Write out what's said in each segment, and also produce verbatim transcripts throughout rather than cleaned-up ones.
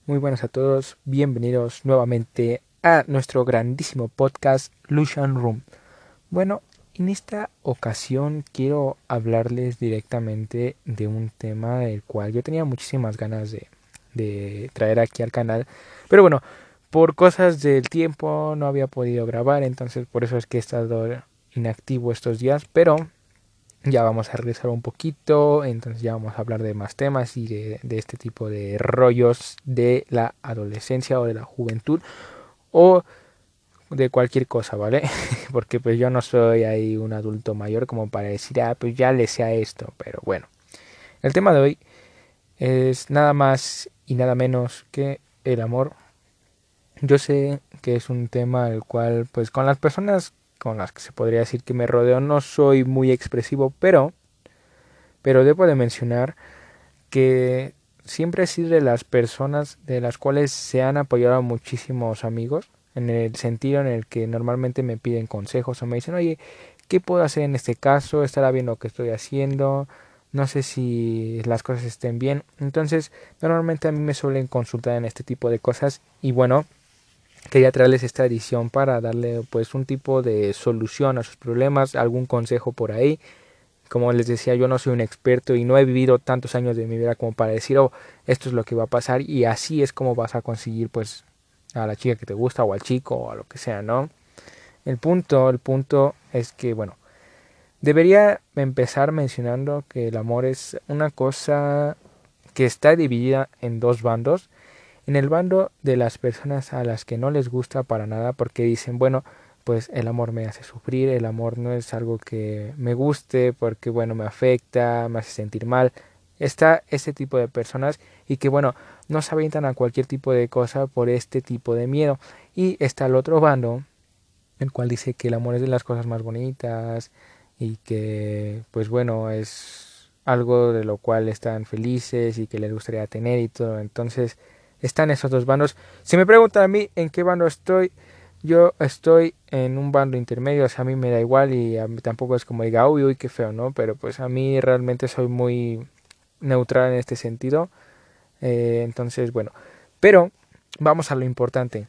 Muy buenas a todos, bienvenidos nuevamente a nuestro grandísimo podcast Lucian Room. Bueno, en esta ocasión quiero hablarles directamente de un tema del cual yo tenía muchísimas ganas de, de traer aquí al canal, pero bueno, por cosas del tiempo no había podido grabar, entonces por eso es que he estado inactivo estos días, pero ya vamos a regresar un poquito, entonces ya vamos a hablar de más temas y de, de este tipo de rollos de la adolescencia o de la juventud o de cualquier cosa, ¿vale? Porque pues yo no soy ahí un adulto mayor como para decir, ah, pues ya le sea esto, pero bueno. El tema de hoy es nada más y nada menos que el amor. Yo sé que es un tema el cual pues con las personas con las que se podría decir que me rodeo no soy muy expresivo, pero pero debo de mencionar que siempre he sido de las personas de las cuales se han apoyado a muchísimos amigos, en el sentido en el que normalmente me piden consejos o me dicen, oye, ¿qué puedo hacer en este caso? ¿Estará bien lo que estoy haciendo? No sé si las cosas estén bien. Entonces, normalmente a mí me suelen consultar en este tipo de cosas y bueno, quería traerles esta edición para darle pues un tipo de solución a sus problemas, algún consejo por ahí. Como les decía, yo no soy un experto y no he vivido tantos años de mi vida como para decir, oh, esto es lo que va a pasar y así es como vas a conseguir pues a la chica que te gusta o al chico o a lo que sea, ¿no? El punto, el punto es que, bueno, debería empezar mencionando que el amor es una cosa que está dividida en dos bandos. En el bando de las personas a las que no les gusta para nada porque dicen, bueno, pues el amor me hace sufrir, el amor no es algo que me guste porque, bueno, me afecta, me hace sentir mal. Está este tipo de personas y que, bueno, no se avientan a cualquier tipo de cosa por este tipo de miedo. Y está el otro bando, el cual dice que el amor es de las cosas más bonitas y que, pues bueno, es algo de lo cual están felices y que les gustaría tener y todo. Entonces, están esos dos bandos. Si me preguntan a mí en qué bando estoy, yo estoy en un bando intermedio, o sea, a mí me da igual y a mí tampoco es como diga, uy, uy, qué feo, ¿no? Pero pues a mí realmente soy muy neutral en este sentido. Eh, entonces, bueno, pero vamos a lo importante.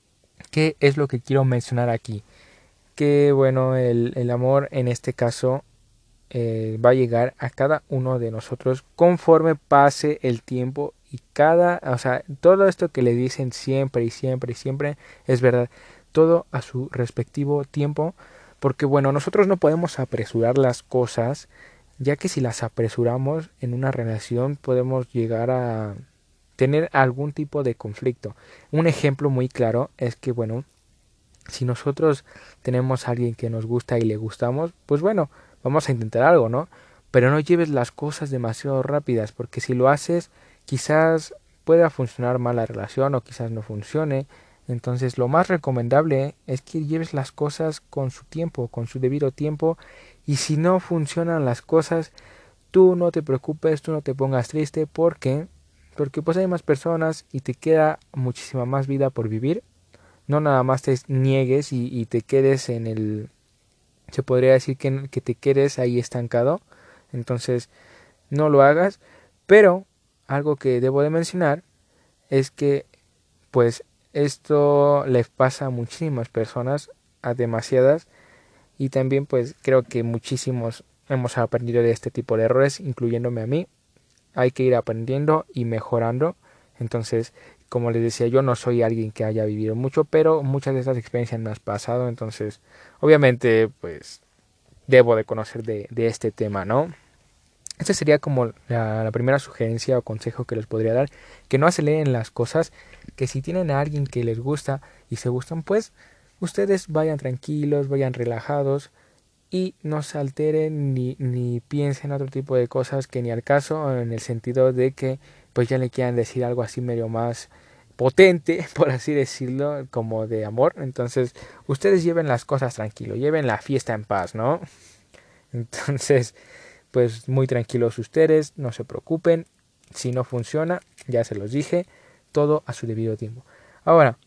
¿Qué es lo que quiero mencionar aquí? Que bueno, el, el amor en este caso eh, va a llegar a cada uno de nosotros conforme pase el tiempo y cada, o sea, todo esto que le dicen siempre y siempre y siempre es verdad, todo a su respectivo tiempo, porque bueno, nosotros no podemos apresurar las cosas, ya que si las apresuramos en una relación podemos llegar a tener algún tipo de conflicto. Un ejemplo muy claro es que bueno, si nosotros tenemos a alguien que nos gusta y le gustamos, pues bueno, vamos a intentar algo, ¿no? Pero no lleves las cosas demasiado rápidas, porque si lo haces, quizás pueda funcionar mal la relación o quizás no funcione. Entonces, lo más recomendable es que lleves las cosas con su tiempo, con su debido tiempo, y si no funcionan las cosas, tú no te preocupes, tú no te pongas triste, porque porque pues hay más personas y te queda muchísima más vida por vivir. No nada más te niegues y, y te quedes en el, se podría decir que, que te quedes ahí estancado, entonces no lo hagas, pero algo que debo de mencionar es que pues esto le pasa a muchísimas personas, a demasiadas, y también pues creo que muchísimos hemos aprendido de este tipo de errores, incluyéndome a mí. Hay que ir aprendiendo y mejorando. Entonces, como les decía, yo no soy alguien que haya vivido mucho, pero muchas de estas experiencias me han pasado. Entonces, obviamente, pues debo de conocer de, de este tema, ¿no? Esta sería como la, la primera sugerencia o consejo que les podría dar, que no aceleren las cosas, que si tienen a alguien que les gusta y se gustan, pues ustedes vayan tranquilos, vayan relajados, y no se alteren ni, ni piensen otro tipo de cosas que ni al caso, en el sentido de que pues ya le quieran decir algo así medio más potente, por así decirlo, como de amor. Entonces, ustedes lleven las cosas tranquilo, lleven la fiesta en paz, ¿no? Entonces, pues muy tranquilos ustedes, no se preocupen. Si no funciona, ya se los dije, todo a su debido tiempo. Ahora,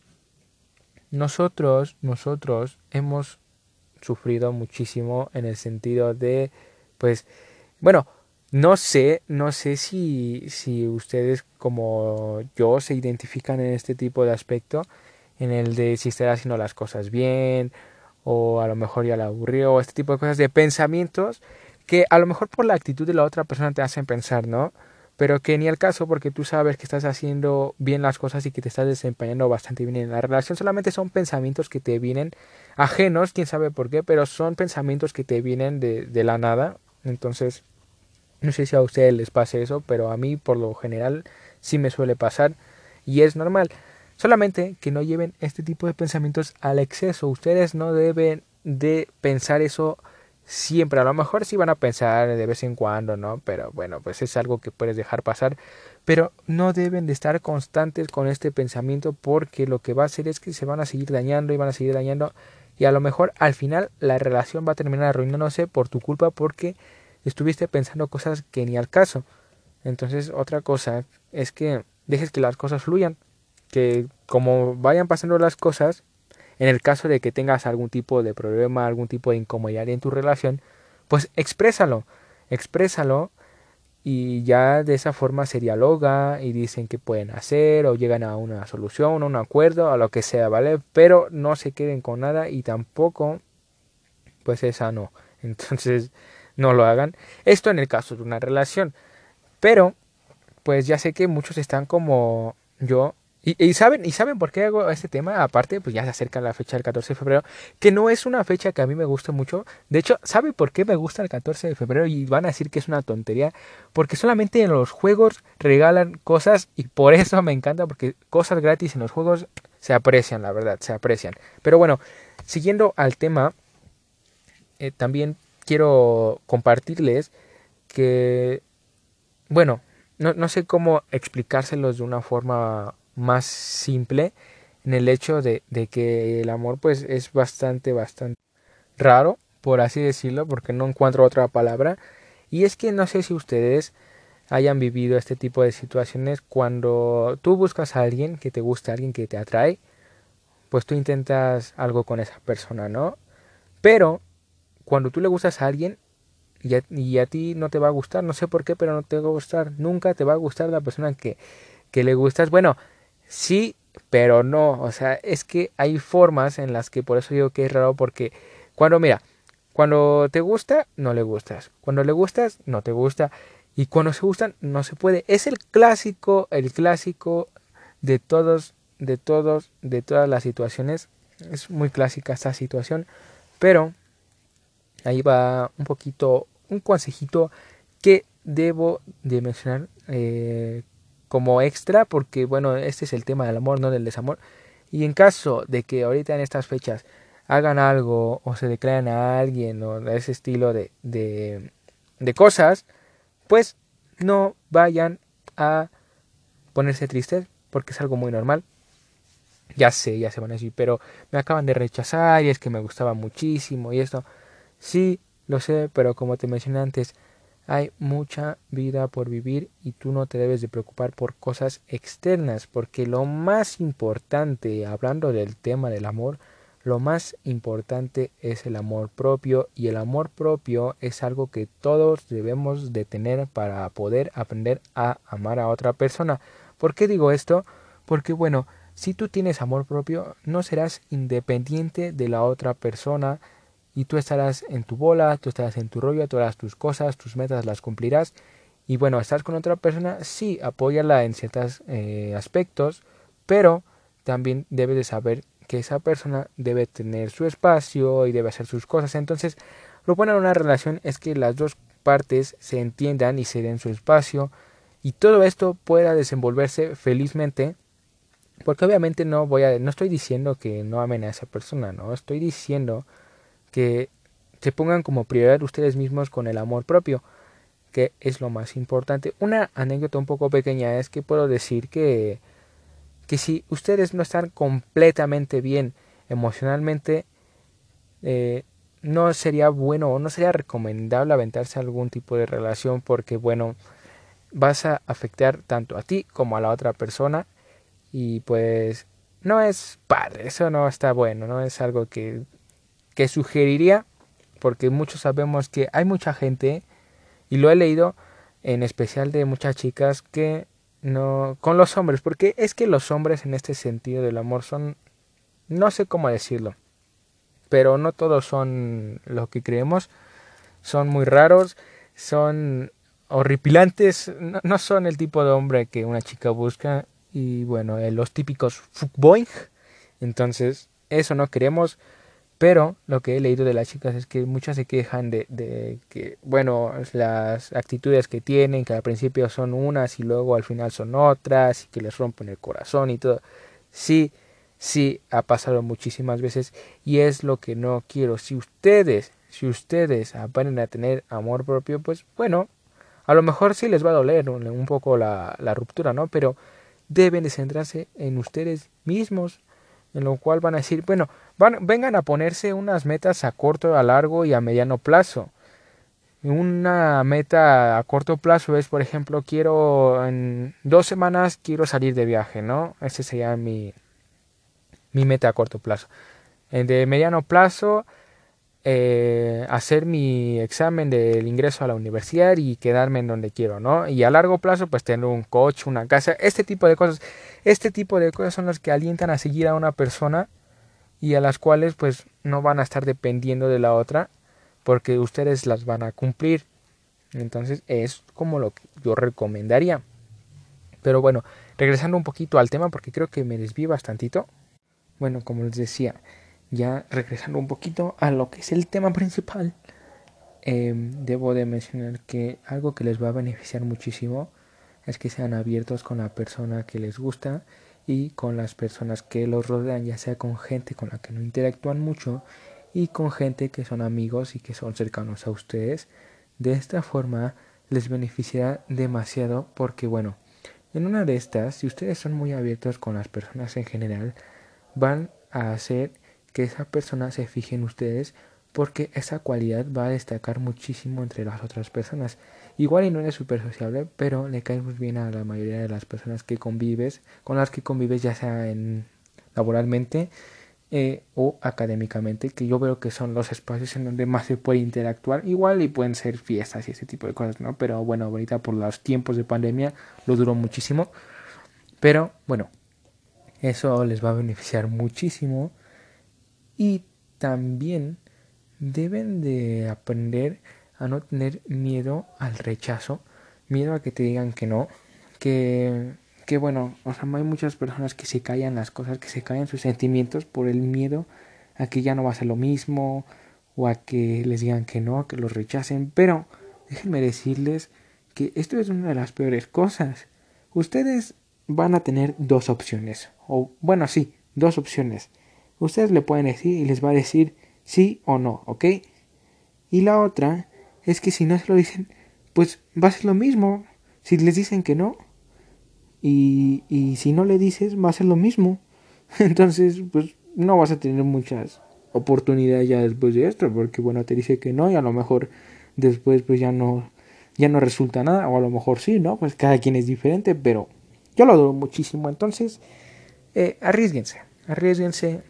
nosotros, nosotros hemos sufrido muchísimo en el sentido de, pues, bueno, No sé, no sé si, si ustedes como yo se identifican en este tipo de aspecto, en el de si estar haciendo las cosas bien, o a lo mejor ya la aburrió, o este tipo de cosas, de pensamientos que a lo mejor por la actitud de la otra persona te hacen pensar, ¿no? Pero que ni al caso porque tú sabes que estás haciendo bien las cosas y que te estás desempeñando bastante bien en la relación, solamente son pensamientos que te vienen ajenos, quién sabe por qué, pero son pensamientos que te vienen de, de la nada. Entonces no sé si a ustedes les pase eso, pero a mí por lo general sí me suele pasar y es normal. Solamente que no lleven este tipo de pensamientos al exceso. Ustedes no deben de pensar eso siempre. A lo mejor sí van a pensar de vez en cuando, ¿no? Pero bueno, pues es algo que puedes dejar pasar. Pero no deben de estar constantes con este pensamiento porque lo que va a hacer es que se van a seguir dañando y van a seguir dañando. Y a lo mejor al final la relación va a terminar arruinándose por tu culpa porque estuviste pensando cosas que ni al caso. Entonces, otra cosa es que dejes que las cosas fluyan, que como vayan pasando las cosas, en el caso de que tengas algún tipo de problema, algún tipo de incomodidad en tu relación, pues exprésalo, exprésalo y ya de esa forma se dialoga y dicen qué pueden hacer o llegan a una solución, a un acuerdo, a lo que sea, ¿vale? Pero no se queden con nada y tampoco pues es sano. Entonces, no lo hagan. Esto en el caso de una relación. Pero, pues ya sé que muchos están como yo. Y, y saben, y saben por qué hago este tema, aparte, pues ya se acerca la fecha del catorce de febrero, que no es una fecha que a mí me guste mucho. De hecho, ¿sabe por qué me gusta el catorce de febrero? Y van a decir que es una tontería, porque solamente en los juegos regalan cosas y por eso me encanta, porque cosas gratis en los juegos se aprecian, la verdad, se aprecian. Pero bueno, siguiendo al tema, eh, también quiero compartirles que, bueno, no, no sé cómo explicárselos de una forma más simple en el hecho de, de que el amor pues es bastante, bastante raro, por así decirlo, porque no encuentro otra palabra. Y es que no sé si ustedes hayan vivido este tipo de situaciones cuando tú buscas a alguien que te gusta, alguien que te atrae, pues tú intentas algo con esa persona, ¿no? Pero cuando tú le gustas a alguien, y a, y a ti no te va a gustar, no sé por qué, pero no te va a gustar, nunca te va a gustar la persona que, que le gustas. Bueno, sí, pero no, o sea, es que hay formas en las que por eso digo que es raro porque cuando, mira, cuando te gusta, no le gustas, cuando le gustas, no te gusta, y cuando se gustan, no se puede. Es el clásico, el clásico de todos, de todos, de todas las situaciones. Es muy clásica esta situación, pero ahí va un poquito, un consejito que debo de mencionar eh, como extra, porque bueno, este es el tema del amor, no del desamor. Y en caso de que ahorita en estas fechas hagan algo o se declaren a alguien o de ese estilo de, de, de cosas, pues no vayan a ponerse tristes, porque es algo muy normal. Ya sé, ya se van a decir, pero me acaban de rechazar y es que me gustaba muchísimo y esto. Sí, lo sé, pero como te mencioné antes, hay mucha vida por vivir y tú no te debes de preocupar por cosas externas, porque lo más importante, hablando del tema del amor, lo más importante es el amor propio y el amor propio es algo que todos debemos de tener para poder aprender a amar a otra persona. ¿Por qué digo esto? Porque bueno, si tú tienes amor propio, no serás independiente de la otra persona, y tú estarás en tu bola, tú estarás en tu rollo, tú harás tus cosas, tus metas las cumplirás. Y bueno, estás con otra persona, sí, apóyala en ciertos eh, aspectos, pero también debes de saber que esa persona debe tener su espacio y debe hacer sus cosas. Entonces, lo bueno en una relación es que las dos partes se entiendan y se den su espacio y todo esto pueda desenvolverse felizmente, porque obviamente no voy a no estoy diciendo que no amen a esa persona, no, estoy diciendo que se pongan como prioridad ustedes mismos con el amor propio, que es lo más importante. Una anécdota un poco pequeña es que puedo decir que, que si ustedes no están completamente bien emocionalmente, eh, no sería bueno o no sería recomendable aventarse a algún tipo de relación porque, bueno, vas a afectar tanto a ti como a la otra persona y pues no es padre, eso no está bueno, no es algo que, que sugeriría porque muchos sabemos que hay mucha gente, y lo he leído, en especial de muchas chicas que no, con los hombres, porque es que los hombres en este sentido del amor son, no sé cómo decirlo, pero no todos son lo que creemos, son muy raros, son horripilantes, no, no son el tipo de hombre que una chica busca y bueno, eh, los típicos fuckboy, entonces eso no queremos. Pero lo que he leído de las chicas es que muchas se quejan de, de que, bueno, las actitudes que tienen, que al principio son unas y luego al final son otras, y que les rompen el corazón y todo. Sí, sí, ha pasado muchísimas veces y es lo que no quiero. Si ustedes, si ustedes aprenden a tener amor propio, pues bueno, a lo mejor sí les va a doler un, un poco la, la ruptura, ¿no? Pero deben de centrarse en ustedes mismos, en lo cual van a decir, bueno, van, vengan a ponerse unas metas a corto, a largo y a mediano plazo. Una meta a corto plazo es, por ejemplo, quiero en dos semanas quiero salir de viaje, ¿no? Ese sería mi, mi meta a corto plazo. En de mediano plazo, eh, hacer mi examen del ingreso a la universidad y quedarme en donde quiero, ¿no? Y a largo plazo, pues tener un coche, una casa, este tipo de cosas. Este tipo de cosas son las que alientan a seguir a una persona y a las cuales pues no van a estar dependiendo de la otra porque ustedes las van a cumplir. Entonces es como lo que yo recomendaría. Pero bueno, regresando un poquito al tema porque creo que me desvío bastantito. Bueno, como les decía, ya regresando un poquito a lo que es el tema principal, eh, debo de mencionar que algo que les va a beneficiar muchísimo es que sean abiertos con la persona que les gusta y con las personas que los rodean, ya sea con gente con la que no interactúan mucho y con gente que son amigos y que son cercanos a ustedes. De esta forma les beneficiará demasiado porque bueno, en una de estas, si ustedes son muy abiertos con las personas en general, van a hacer que esa persona se fije en ustedes porque esa cualidad va a destacar muchísimo entre las otras personas. Igual y no eres súper sociable, pero le caes muy bien a la mayoría de las personas que convives, con las que convives ya sea en laboralmente eh, o académicamente, que yo veo que son los espacios en donde más se puede interactuar. Igual y pueden ser fiestas y ese tipo de cosas, ¿no? Pero bueno, ahorita por los tiempos de pandemia lo duró muchísimo. Pero bueno, eso les va a beneficiar muchísimo y también deben de aprender a no tener miedo al rechazo, miedo a que te digan que no, que, que bueno, o sea, hay muchas personas que se callan las cosas, que se callan sus sentimientos por el miedo a que ya no va a ser lo mismo o a que les digan que no, que los rechacen, pero déjenme decirles que esto es una de las peores cosas. Ustedes van a tener dos opciones, o bueno, sí, dos opciones. Ustedes le pueden decir y les va a decir sí o no, ¿ok? Y la otra es que si no se lo dicen, pues va a ser lo mismo. Si les dicen que no, y, y si no le dices, va a ser lo mismo. Entonces, pues no vas a tener muchas oportunidades ya después de esto, porque bueno, te dice que no y a lo mejor después pues ya no, ya no resulta nada, o a lo mejor sí, ¿no? Pues cada quien es diferente, pero yo lo adoro muchísimo. Entonces, eh, arriesguense, arriesguense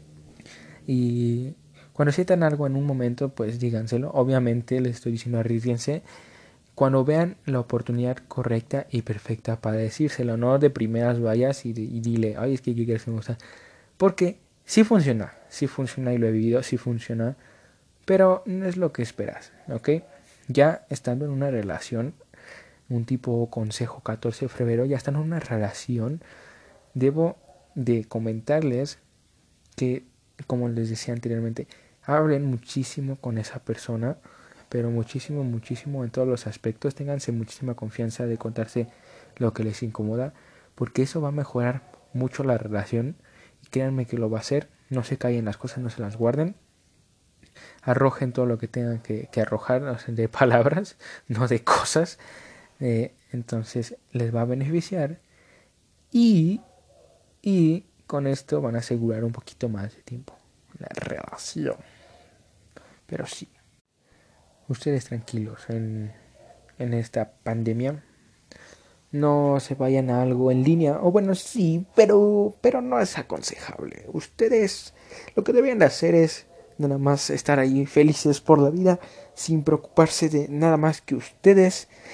y cuando sientan algo en un momento, pues díganselo. Obviamente les estoy diciendo arriesguense cuando vean la oportunidad correcta y perfecta para decírselo. No de primeras vayas y, y dile, ay, es que yo quiero que me gusta. Porque sí funciona, sí funciona y lo he vivido, sí funciona. Pero no es lo que esperas, ¿ok? Ya estando en una relación, un tipo consejo catorce de febrero, ya estando en una relación, debo de comentarles que, como les decía anteriormente, hablen muchísimo con esa persona, pero muchísimo, muchísimo en todos los aspectos. Ténganse muchísima confianza de contarse lo que les incomoda, porque eso va a mejorar mucho la relación y créanme que lo va a hacer. No se callen las cosas, no se las guarden. Arrojen todo lo que tengan que, que arrojar, o sea, de palabras, no de cosas. Eh, entonces les va a beneficiar y, y con esto van a asegurar un poquito más de tiempo la relación. Pero sí, ustedes tranquilos en, en esta pandemia. No se vayan a algo en línea. O bueno, sí, pero, pero no es aconsejable. Ustedes lo que deben de hacer es nada más estar ahí felices por la vida, sin preocuparse de nada más que ustedes.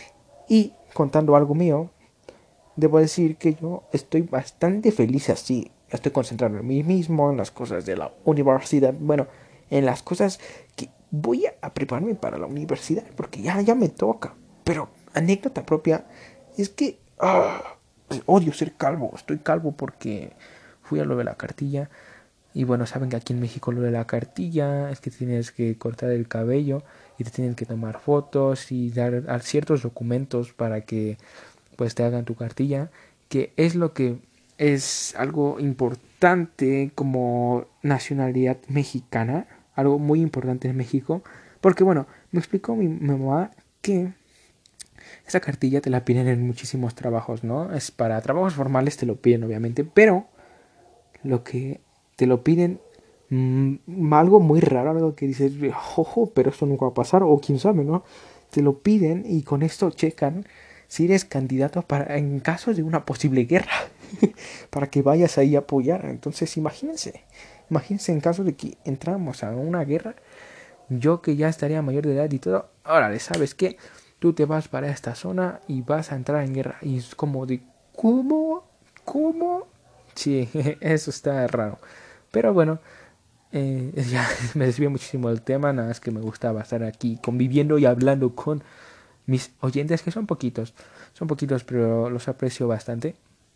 Y contando algo mío, debo decir que yo estoy bastante feliz así. Estoy concentrado en mí mismo, en las cosas de la universidad. Bueno, en las cosas que voy a prepararme para la universidad, porque ya, ya me toca. Pero anécdota propia es que ah, odio ser calvo. Estoy calvo porque fui a lo de la cartilla. Y bueno, saben que aquí en México lo de la cartilla es que tienes que cortar el cabello y te tienen que tomar fotos y dar a ciertos documentos para que pues te hagan tu cartilla, que es lo que es algo importante como nacionalidad mexicana, algo muy importante en México, porque bueno, me explicó mi, mi mamá que esa cartilla te la piden en muchísimos trabajos, ¿no? Es para trabajos formales te lo piden obviamente, pero lo que te lo piden mmm, algo muy raro, algo que dices, ojo, pero esto nunca va a pasar, o quién sabe, ¿no? Te lo piden y con esto checan si eres candidato para en caso de una posible guerra, para que vayas ahí a apoyar. Entonces, imagínense, imagínense en caso de que entramos a una guerra, yo que ya estaría mayor de edad y todo, órale, ¿sabes qué? Tú te vas para esta zona y vas a entrar en guerra. Y es como de, ¿cómo? ¿Cómo? Sí, eso está raro. Pero bueno, eh, ya me desvío muchísimo del tema, nada más que me gustaba estar aquí conviviendo y hablando con mis oyentes, que son poquitos, son poquitos, pero los aprecio bastante,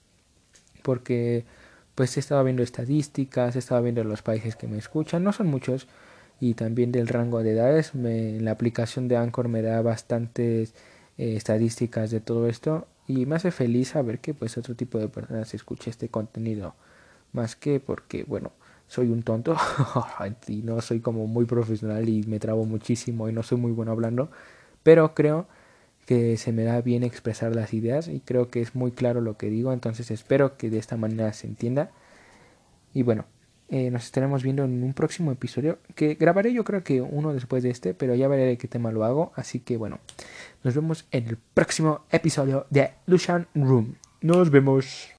porque pues he estado viendo estadísticas, he estado viendo los países que me escuchan, no son muchos, y también del rango de edades. Me, la aplicación de Anchor me da bastantes eh, estadísticas de todo esto y me hace feliz saber que pues otro tipo de personas escucha este contenido, más que porque bueno, soy un tonto y no soy como muy profesional y me trabo muchísimo y no soy muy bueno hablando, pero creo que se me da bien expresar las ideas y creo que es muy claro lo que digo, entonces espero que de esta manera se entienda. Y bueno, eh, nos estaremos viendo en un próximo episodio que grabaré yo creo que uno después de este, pero ya veré de qué tema lo hago, así que bueno, nos vemos en el próximo episodio de Lucian Room. Nos vemos.